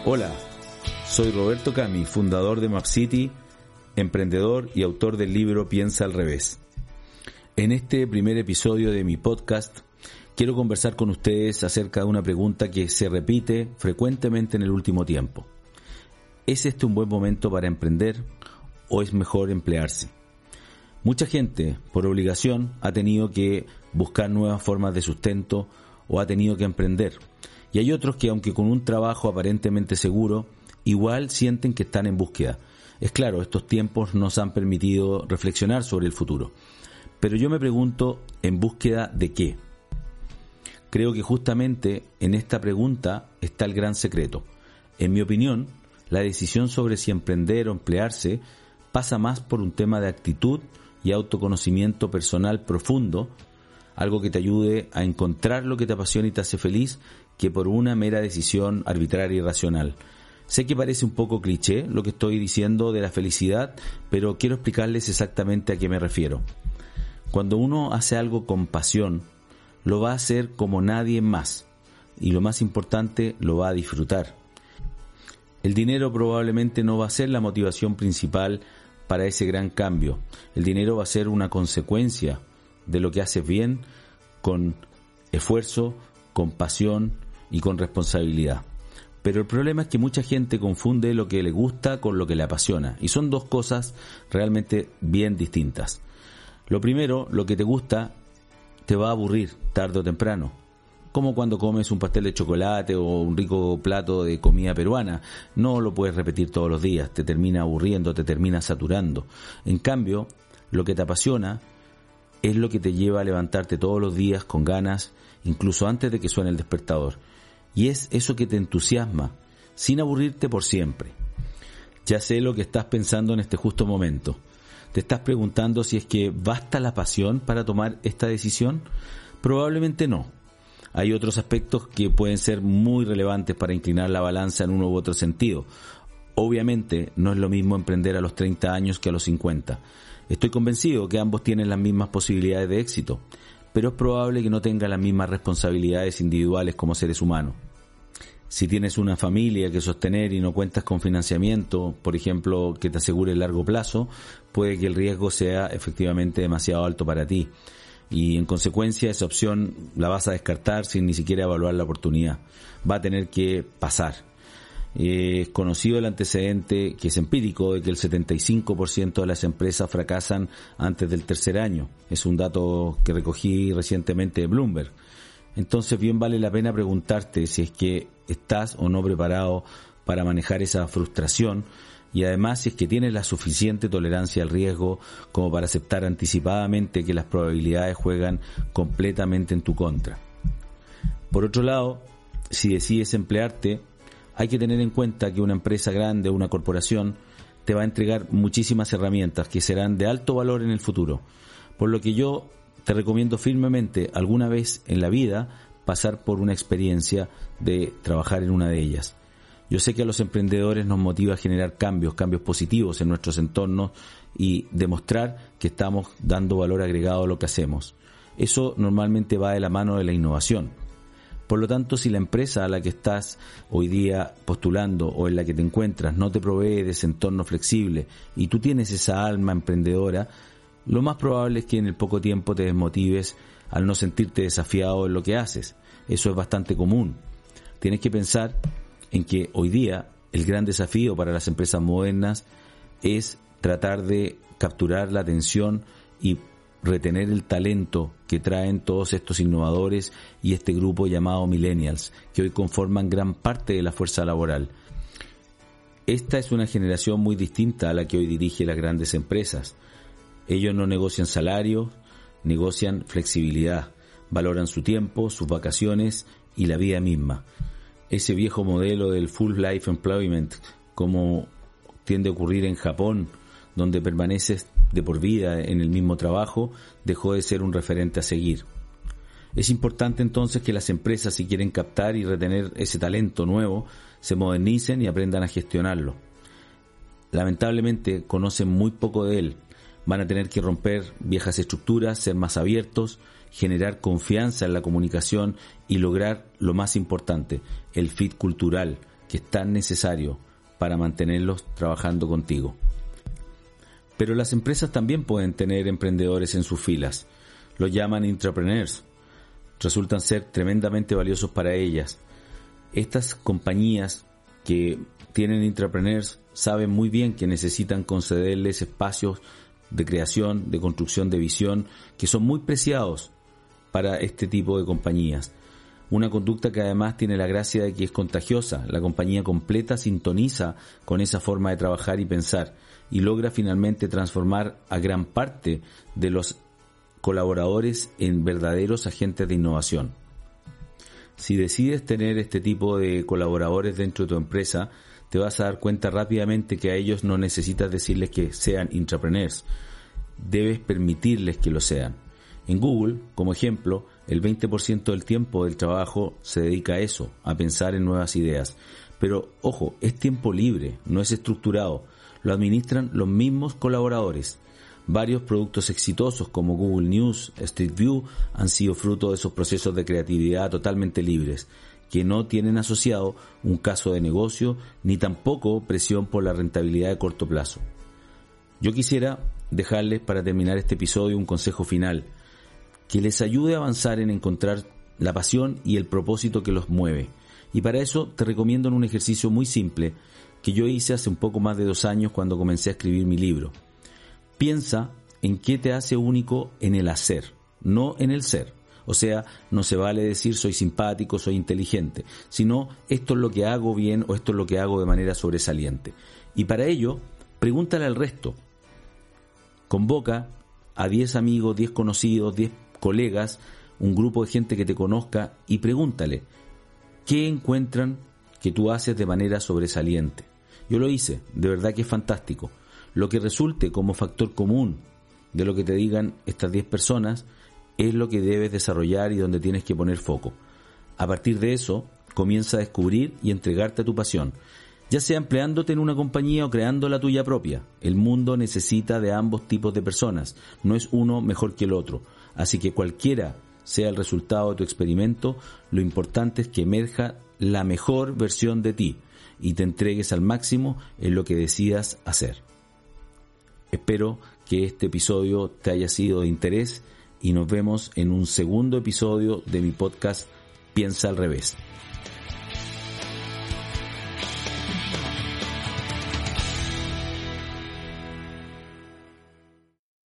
Hola, soy Roberto Cami, fundador de MapCity, emprendedor y autor del libro Piensa al revés. En este primer episodio de mi podcast quiero conversar con ustedes acerca de una pregunta que se repite frecuentemente en el último tiempo. ¿Es este un buen momento para emprender o es mejor emplearse? Mucha gente, por obligación, ha tenido que buscar nuevas formas de sustento o ha tenido que emprender. Y hay otros que, aunque con un trabajo aparentemente seguro, igual sienten que están en búsqueda. Es claro, estos tiempos nos han permitido reflexionar sobre el futuro. Pero yo me pregunto, ¿en búsqueda de qué? Creo que justamente en esta pregunta está el gran secreto. En mi opinión, la decisión sobre si emprender o emplearse pasa más por un tema de actitud y autoconocimiento personal profundo, algo que te ayude a encontrar lo que te apasiona y te hace feliz, que por una mera decisión arbitraria y racional. Sé que parece un poco cliché lo que estoy diciendo de la felicidad, pero quiero explicarles exactamente a qué me refiero. Cuando uno hace algo con pasión, lo va a hacer como nadie más, y lo más importante, lo va a disfrutar. El dinero probablemente no va a ser la motivación principal para ese gran cambio. El dinero va a ser una consecuencia de lo que haces bien, con esfuerzo, con pasión y con responsabilidad. Pero el problema es que mucha gente confunde lo que le gusta con lo que le apasiona, y son dos cosas realmente bien distintas. Lo primero, lo que te gusta te va a aburrir tarde o temprano, como cuando comes un pastel de chocolate o un rico plato de comida peruana. No lo puedes repetir todos los días, te termina aburriendo, te termina saturando. En cambio, lo que te apasiona es lo que te lleva a levantarte todos los días con ganas, incluso antes de que suene el despertador. Y es eso que te entusiasma, sin aburrirte por siempre. Ya sé lo que estás pensando en este justo momento. ¿Te estás preguntando si es que basta la pasión para tomar esta decisión? Probablemente no. Hay otros aspectos que pueden ser muy relevantes para inclinar la balanza en uno u otro sentido. Obviamente no es lo mismo emprender a los 30 años que a los 50. Estoy convencido que ambos tienen las mismas posibilidades de éxito, pero es probable que no tengan las mismas responsabilidades individuales como seres humanos. Si tienes una familia que sostener y no cuentas con financiamiento, por ejemplo, que te asegure el largo plazo, puede que el riesgo sea efectivamente demasiado alto para ti. Y en consecuencia esa opción la vas a descartar sin ni siquiera evaluar la oportunidad. Va a tener que pasar. Es conocido el antecedente, que es empírico, de que el 75% de las empresas fracasan antes del tercer año. Es un dato que recogí recientemente de Bloomberg. Entonces bien vale la pena preguntarte si es que estás o no preparado para manejar esa frustración, y además si es que tienes la suficiente tolerancia al riesgo como para aceptar anticipadamente que las probabilidades juegan completamente en tu contra. Por otro lado, si decides emplearte, hay que tener en cuenta que una empresa grande o una corporación te va a entregar muchísimas herramientas que serán de alto valor en el futuro, por lo que yo te recomiendo firmemente alguna vez en la vida pasar por una experiencia de trabajar en una de ellas. Yo sé que a los emprendedores nos motiva a generar cambios positivos en nuestros entornos y demostrar que estamos dando valor agregado a lo que hacemos. Eso normalmente va de la mano de la innovación. Por lo tanto, si la empresa a la que estás hoy día postulando o en la que te encuentras no te provee de ese entorno flexible y tú tienes esa alma emprendedora, lo más probable es que en el poco tiempo te desmotives al no sentirte desafiado en lo que haces. Eso es bastante común. Tienes que pensar en que hoy día el gran desafío para las empresas modernas es tratar de capturar la atención y retener el talento que traen todos estos innovadores y este grupo llamado millennials, que hoy conforman gran parte de la fuerza laboral. Esta es una generación muy distinta a la que hoy dirige las grandes empresas. Ellos no negocian salarios, negocian flexibilidad, valoran su tiempo, sus vacaciones y la vida misma. Ese viejo modelo del full life employment, como tiende a ocurrir en Japón, donde permaneces de por vida en el mismo trabajo, dejó de ser un referente a seguir. Es importante entonces que las empresas, si quieren captar y retener ese talento nuevo, se modernicen y aprendan a gestionarlo. Lamentablemente conocen muy poco de él. Van a tener que romper viejas estructuras, ser más abiertos, generar confianza en la comunicación y lograr lo más importante, el fit cultural, que es tan necesario para mantenerlos trabajando contigo. Pero las empresas también pueden tener emprendedores en sus filas. Los llaman intrapreneurs. Resultan ser tremendamente valiosos para ellas. Estas compañías que tienen intrapreneurs saben muy bien que necesitan concederles espacios de creación, de construcción de visión, que son muy preciados para este tipo de compañías. Una conducta que además tiene la gracia de que es contagiosa. La compañía completa sintoniza con esa forma de trabajar y pensar y logra finalmente transformar a gran parte de los colaboradores en verdaderos agentes de innovación. Si decides tener este tipo de colaboradores dentro de tu empresa, te vas a dar cuenta rápidamente que a ellos no necesitas decirles que sean intrapreneurs. Debes permitirles que lo sean. En Google, como ejemplo, el 20% del tiempo del trabajo se dedica a eso, a pensar en nuevas ideas. Pero, ojo, es tiempo libre, no es estructurado. Lo administran los mismos colaboradores. Varios productos exitosos como Google News, Street View han sido fruto de esos procesos de creatividad totalmente libres, que no tienen asociado un caso de negocio ni tampoco presión por la rentabilidad de corto plazo. Yo quisiera dejarles para terminar este episodio un consejo final que les ayude a avanzar en encontrar la pasión y el propósito que los mueve. Y para eso te recomiendo un ejercicio muy simple que yo hice hace un poco más de 2 años cuando comencé a escribir mi libro. Piensa en qué te hace único en el hacer, no en el ser. O sea, no se vale decir soy simpático, soy inteligente, sino esto es lo que hago bien o esto es lo que hago de manera sobresaliente. Y para ello, pregúntale al resto. Convoca a 10 amigos, 10 conocidos, 10 colegas, un grupo de gente que te conozca y pregúntale ¿qué encuentran que tú haces de manera sobresaliente? Yo lo hice, de verdad que es fantástico. Lo que resulte como factor común de lo que te digan estas 10 personas es lo que debes desarrollar y donde tienes que poner foco. A partir de eso, comienza a descubrir y entregarte a tu pasión, ya sea empleándote en una compañía o creando la tuya propia. El mundo necesita de ambos tipos de personas, no es uno mejor que el otro. Así que cualquiera sea el resultado de tu experimento, lo importante es que emerja la mejor versión de ti y te entregues al máximo en lo que decidas hacer. Espero que este episodio te haya sido de interés y nos vemos en un segundo episodio de mi podcast Piensa al Revés.